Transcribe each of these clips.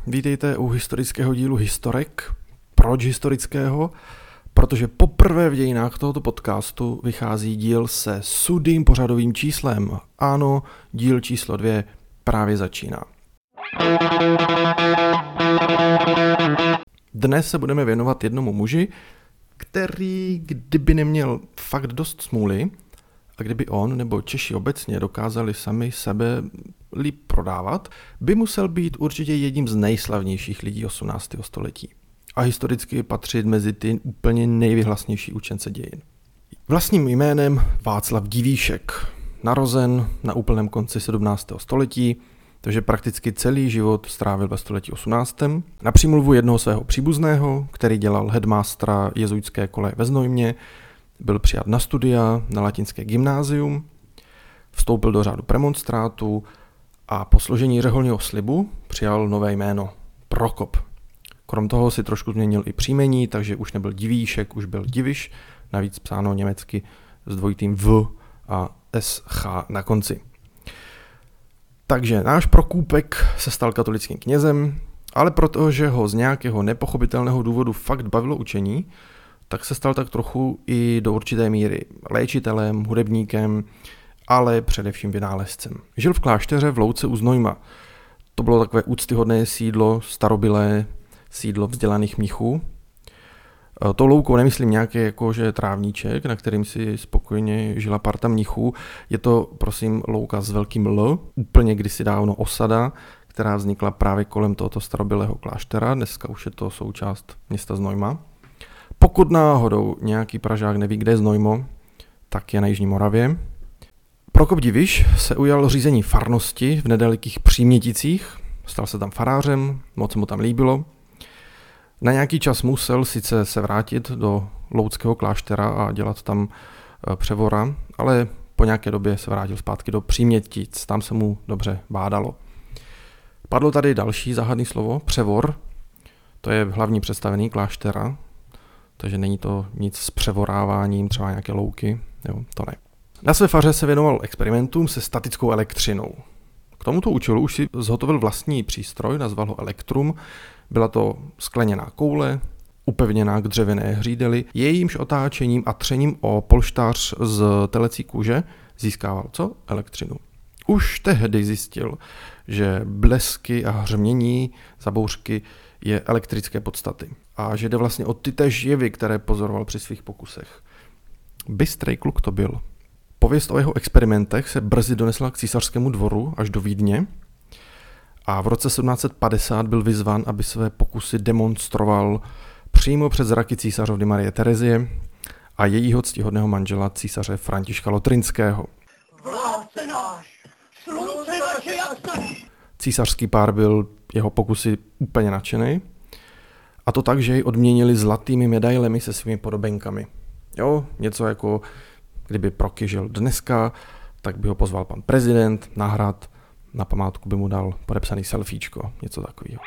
vítejte u historického dílu Historek. Proč historického? Protože poprvé v dějinách tohoto podcastu vychází díl se sudým pořadovým číslem. Ano, díl číslo 2 právě začíná. Dnes se budeme věnovat jednomu muži, který, kdyby neměl fakt dost smůly, a kdyby on nebo Češi obecně dokázali sami sebe líp prodávat, by musel být určitě jedním z nejslavnějších lidí 18. století. A historicky patřit mezi ty úplně nejvyhlasnější učence dějin. Vlastním jménem Václav Divíšek, narozen na úplném konci 17. století, takže prakticky celý život strávil ve století 18. Na přímluvu jednoho svého příbuzného, který dělal headmastera jezuitské koleje ve Znojmě, byl přijat na studia na latinské gymnázium, vstoupil do řádu premonstrátů a po složení řeholního slibu přijal nové jméno Prokop. Krom toho si trošku změnil i příjmení, takže už nebyl Divíšek, už byl Diviš, navíc psáno německy s dvojitým V a SH na konci. Takže náš Prokůpek se stal katolickým knězem, ale protože ho z nějakého nepochopitelného důvodu fakt bavilo učení, tak se stal tak trochu i do určité míry léčitelem, hudebníkem, ale především vynálezcem. Žil v klášteře v Louce u Znojma. To bylo takové úctyhodné sídlo, starobylé sídlo vzdělaných mnichů. Tou loukou nemyslím nějaký jakože trávníček, na kterým si spokojně žila parta mnichů. Je to, prosím, louka s velkým L, úplně kdysi dávno osada, která vznikla právě kolem tohoto starobylého kláštera. Dneska už je to součást města Znojma. Pokud náhodou nějaký Pražák neví, kde je Znojmo, tak je na Jižní Moravě. Prokop Diviš se ujal řízení farnosti v nedalekých Příměticích, stal se tam farářem, moc mu tam líbilo. Na nějaký čas musel sice se vrátit do Louckého kláštera a dělat tam převora, ale po nějaké době se vrátil zpátky do Přímětic, tam se mu dobře bádalo. Padlo tady další záhadné slovo, převor, to je hlavní představený kláštera, takže není to nic s převoráváním, třeba nějaké louky, jo, to ne. Na své faře se věnoval experimentům se statickou elektřinou. K tomuto účelu už si zhotovil vlastní přístroj, nazval ho Elektrum. Byla to skleněná koule, upevněná k dřevěné hřídeli, jejímž otáčením a třením o polštář z telecí kůže získával co? Elektřinu. Už tehdy zjistil, že blesky a hřmění za bouřky je elektrické podstaty a že jde vlastně o ty též jevy, které pozoroval při svých pokusech. Bystrej kluk to byl. Pověst o jeho experimentech se brzy donesla k císařskému dvoru až do Vídně a v roce 1750 byl vyzván, aby své pokusy demonstroval přímo před zraky císařovny Marie Terezie a jejího ctihodného manžela císaře Františka Lotrinského. Vládce náš, slunce naše jasné. Císařský pár byl jeho pokusy úplně nadšený a to tak, že jej odměnili zlatými medailemi se svými podobenkami. Jo, něco jako kdyby Proky žil dneska, tak by ho pozval pan prezident na hrad, na památku by mu dal podepsaný selfiečko, něco takového.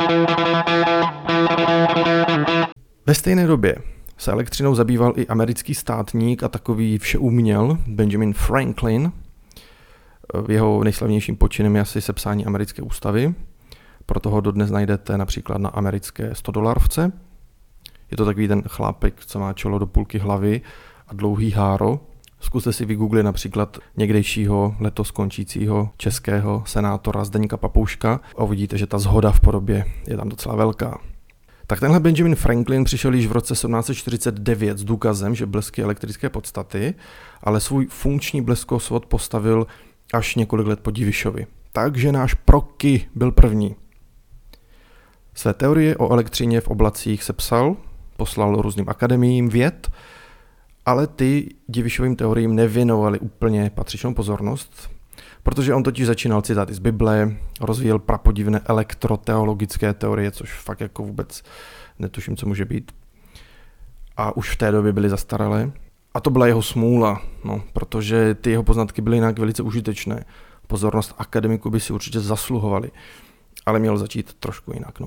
Ve stejné době se elektřinou zabýval i americký státník a takový všeuměl Benjamin Franklin. Jeho nejslavnějším počinem je asi sepsání americké ústavy, proto ho dodnes najdete například na americké $100. Je to takový ten chlápek, co má čelo do půlky hlavy a dlouhý háro. Zkuste si vygooglit například někdejšího letos končícího českého senátora Zdeňka Papouška a uvidíte, že ta shoda v podobě je tam docela velká. Tak tenhle Benjamin Franklin přišel již v roce 1749 s důkazem, že blesky elektrické podstaty, ale svůj funkční bleskosvod postavil až několik let po Divišovi. Takže náš Proky byl první. Své teorie o elektřině v oblacích sepsal, poslal různým akademiím věd, ale ty Divišovým teoriím nevěnovali úplně patřičnou pozornost, protože on totiž začínal citáty z Bible, rozvíjel prapodivné elektroteologické teorie, což fakt jako vůbec netuším, co může být. A už v té době byly zastaralé. A to byla jeho smůla, protože ty jeho poznatky byly jinak velice užitečné. Pozornost akademiků by si určitě zasluhovali, ale měl začít trošku jinak.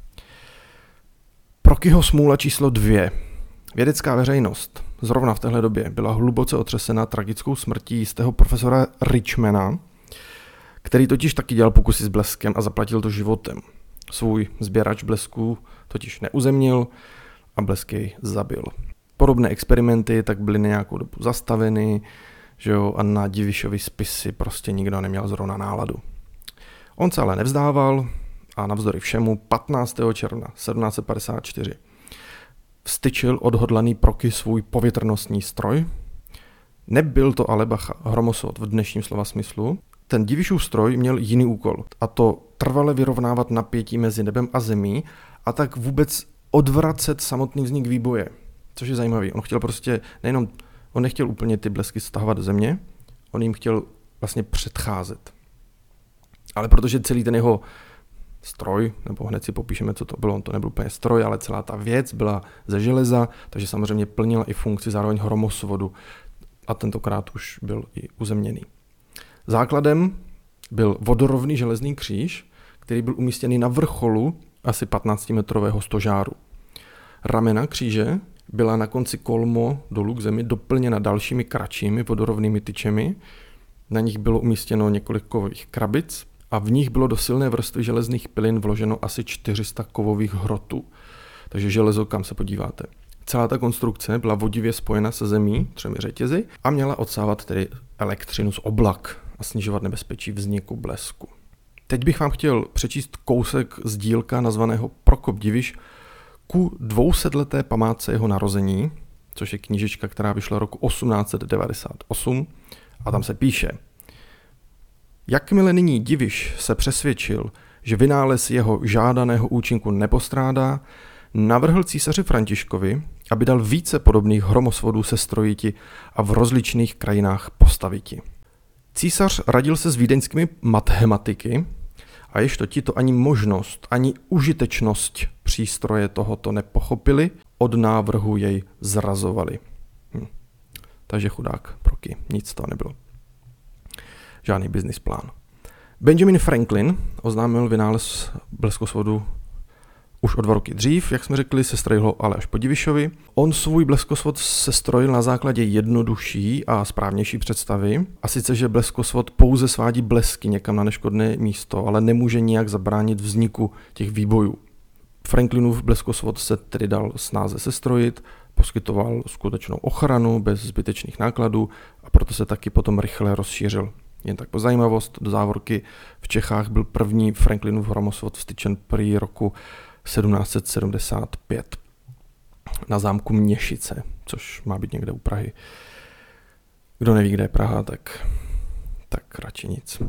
Prokyho smůla číslo 2. Vědecká veřejnost zrovna v téhle době byla hluboce otřesena tragickou smrtí jistého profesora Richmana, který totiž taky dělal pokusy s bleskem a zaplatil to životem. Svůj sběrač blesků totiž neuzemnil a blesk jej zabil. Podobné experimenty tak byly nějakou dobu zastaveny, že jo, a na Divišovy spisy prostě nikdo neměl zrovna náladu. On se ale nevzdával a navzdory všemu 15. června 1754 vstyčil odhodlaný Proky svůj povětrnostní stroj. Nebyl to ale bacha hromosvod v dnešním slova smyslu. Ten Divišův stroj měl jiný úkol, a to trvale vyrovnávat napětí mezi nebem a zemí a tak vůbec odvracet samotný vznik výboje. Což je zajímavý. On nechtěl úplně ty blesky stahovat do země, on jim chtěl vlastně předcházet. Ale protože celý ten jeho stroj, nebo hned si popíšeme, co to bylo, on to nebyl úplně stroj, ale celá ta věc byla ze železa, takže samozřejmě plnila i funkci zároveň hromosvodu a tentokrát už byl i uzemněný. Základem byl vodorovný železný kříž, který byl umístěný na vrcholu asi 15-metrového stožáru. Ramena kříže byla na konci kolmo dolů k zemi doplněna dalšími kratšími vodorovnými tyčemi. Na nich bylo umístěno několik kovových krabic a v nich bylo do silné vrstvy železných pilin vloženo asi 400 kovových hrotů. Takže železo, kam se podíváte. Celá ta konstrukce byla vodivě spojena se zemí 3 řetězy a měla odsávat tedy elektřinu z oblak a snižovat nebezpečí vzniku blesku. Teď bych vám chtěl přečíst kousek z dílka nazvaného Prokop Diviš ku 200leté památce jeho narození, což je knížečka, která vyšla roku 1898 a tam se píše: Jakmile nyní Diviš se přesvědčil, že vynález jeho žádaného účinku nepostrádá, navrhl císaři Františkovi, aby dal více podobných hromosvodů sestrojiti a v rozličných krajinách postaviti. Císař radil se s vídeňskými matematiky, a ježto ti to ani možnost, ani užitečnost přístroje tohoto nepochopili, od návrhu jej zrazovali. Takže chudák Proky, nic to nebylo. Žádný business plán. Benjamin Franklin oznámil vynález bleskosvodu už o 2 roky dřív, jak jsme řekli, sestrojil ho ale až po Divišovi. On svůj bleskosvod sestrojil na základě jednodušší a správnější představy, a sice, že bleskosvod pouze svádí blesky někam na neškodné místo, ale nemůže nijak zabránit vzniku těch výbojů. Franklinův bleskosvod se tedy dal snáze sestrojit, poskytoval skutečnou ochranu bez zbytečných nákladů a proto se taky potom rychle rozšířil. Jen tak po zajímavost, do závorky, v Čechách byl první Franklinův hromosvod vstyčen prý roku 1775 na zámku Měšice, což má být někde u Prahy. Kdo neví, kde je Praha, tak radši nic.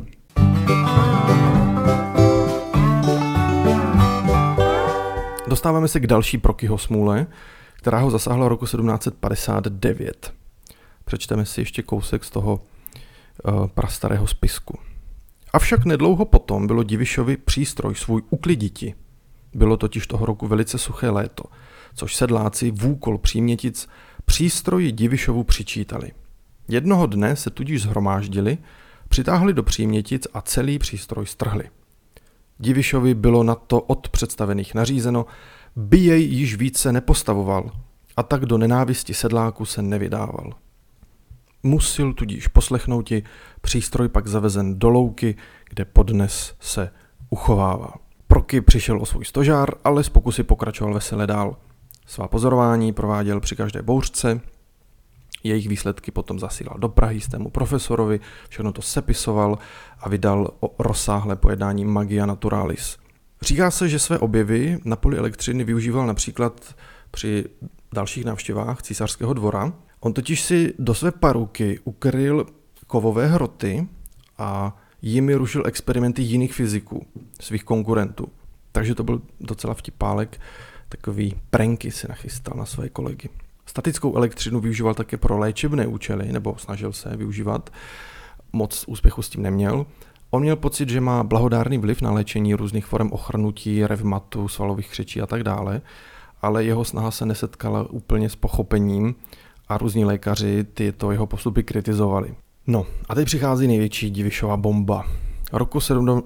Dostáváme se k další Prokyho smůle, která ho zasáhla roku 1759. Přečteme si ještě kousek z toho prastarého spisku. Avšak nedlouho potom bylo Divišovi přístroj svůj ukliditi. Bylo totiž toho roku velice suché léto, což sedláci v úkol Přímětic přístroji Divišovu přičítali. Jednoho dne se tudíž shromáždili, přitáhli do Přímětic a celý přístroj strhli. Divišovi bylo na to od představených nařízeno, by jej již více nepostavoval a tak do nenávisti sedláků se nevydával. Musil tudíž poslechnouti, přístroj pak zavezen do louky, kde podnes se uchovává. Proky přišel o svůj stožár, ale z pokusy pokračoval vesele dál. Svá pozorování prováděl při každé bouřce, jejich výsledky potom zasílal do Prahy svému profesorovi, všechno to sepisoval a vydal o rozsáhlé pojednání Magia Naturalis. Říká se, že své objevy na poli elektřiny využíval například při dalších návštěvách císařského dvora. On totiž si do své paruky ukryl kovové hroty a jimi rušil experimenty jiných fyziků, svých konkurentů. Takže to byl docela vtipálek, takový pranky si nachystal na své kolegy. Statickou elektřinu využíval také pro léčebné účely, nebo snažil se využívat. Moc úspěchu s tím neměl. On měl pocit, že má blahodárný vliv na léčení různých forem ochrnutí, revmatu, svalových křečí a tak dále, ale jeho snaha se nesetkala úplně s pochopením a různí lékaři tyto jeho postupy kritizovali. No a teď přichází největší Divišova bomba. Roku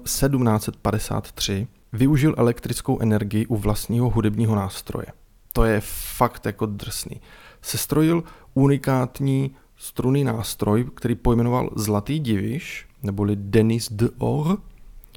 1753 využil elektrickou energii u vlastního hudebního nástroje. To je fakt jako drsný. Sestrojil unikátní strunný nástroj, který pojmenoval Zlatý Diviš, neboli Denis d'Or.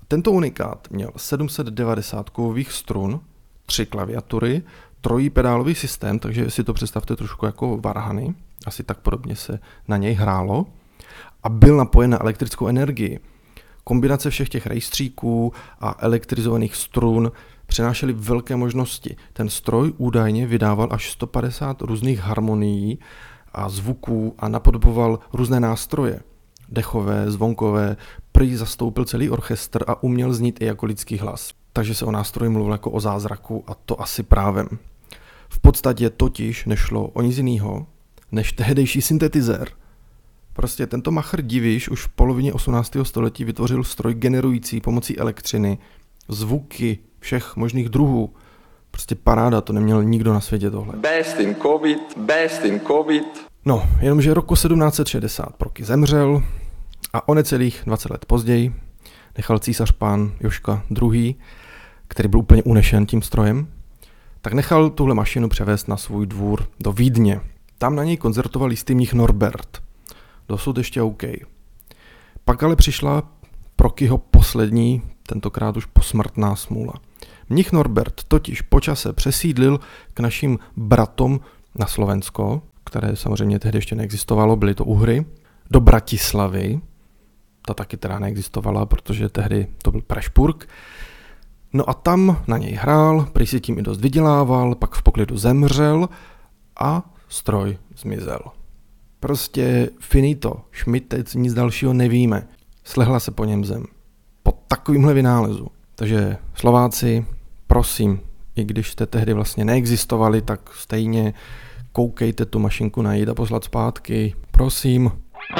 Tento unikát měl 790 kovových strun, 3 klaviatury, trojípedálový systém, takže si to představte trošku jako varhany, asi tak podobně se na něj hrálo, a byl napojen na elektrickou energii. Kombinace všech těch rejstříků a elektrizovaných strun přinášely velké možnosti. Ten stroj údajně vydával až 150 různých harmonií a zvuků a napodoboval různé nástroje. Dechové, zvonkové, prý zastoupil celý orchestr a uměl znít i jako lidský hlas. Takže se o nástroji mluvil jako o zázraku a to asi právem. V podstatě totiž nešlo o nic jiného než tehdejší syntetizér. Prostě tento machr Diviš už v polovině 18. století vytvořil stroj generující pomocí elektřiny zvuky všech možných druhů. Prostě paráda, to neměl nikdo na světě tohle. Best in COVID. No, jenomže roku 1760 Proky zemřel a o necelých 20 let později nechal císař pán Joška II., který byl úplně unešen tím strojem, tak nechal tuhle mašinu převést na svůj dvůr do Vídně. Tam na něj koncertoval jistý mnich Norbert. Dosud ještě OK. Pak ale přišla Prokyho poslední, tentokrát už posmrtná smůla. Mnich Norbert totiž po čase přesídlil k našim bratom na Slovensko, které samozřejmě tehdy ještě neexistovalo, byly to Uhry, do Bratislavy. Ta taky teda neexistovala, protože tehdy to byl Prešpurk. No a tam na něj hrál, prý si tím i dost vydělával, pak v poklidu zemřel a stroj zmizel. Prostě finito, šmitec, nic dalšího nevíme. Slehla se po něm zem. Po takovýmhle vynálezu. Takže Slováci, prosím, i když jste tehdy vlastně neexistovali, tak stejně koukejte tu mašinku najít a poslat zpátky. Prosím.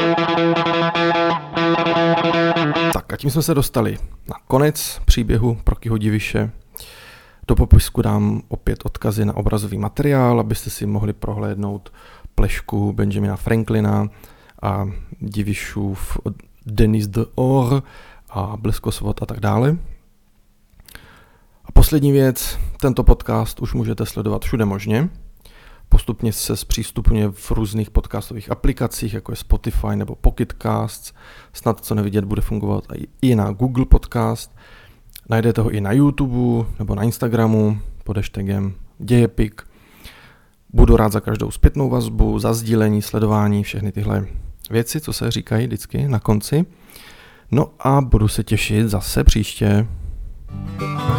Tak a tím jsme se dostali na konec příběhu Prokyho Diviše. Do popisku dám opět odkazy na obrazový materiál, abyste si mohli prohlédnout plešku Benjamina Franklina a Divišův Denis d'Or a Bleskosvot a tak dále. A poslední věc, tento podcast už můžete sledovat všude možně. Postupně se zpřístupňuje v různých podcastových aplikacích, jako je Spotify nebo Pocket Casts. Snad co nevidět bude fungovat i na Google Podcast. Najdete ho i na YouTube nebo na Instagramu pod hashtagem Dějepik. Budu rád za každou zpětnou vazbu, za sdílení, sledování, všechny tyhle věci, co se říkají vždycky na konci. No a budu se těšit zase příště.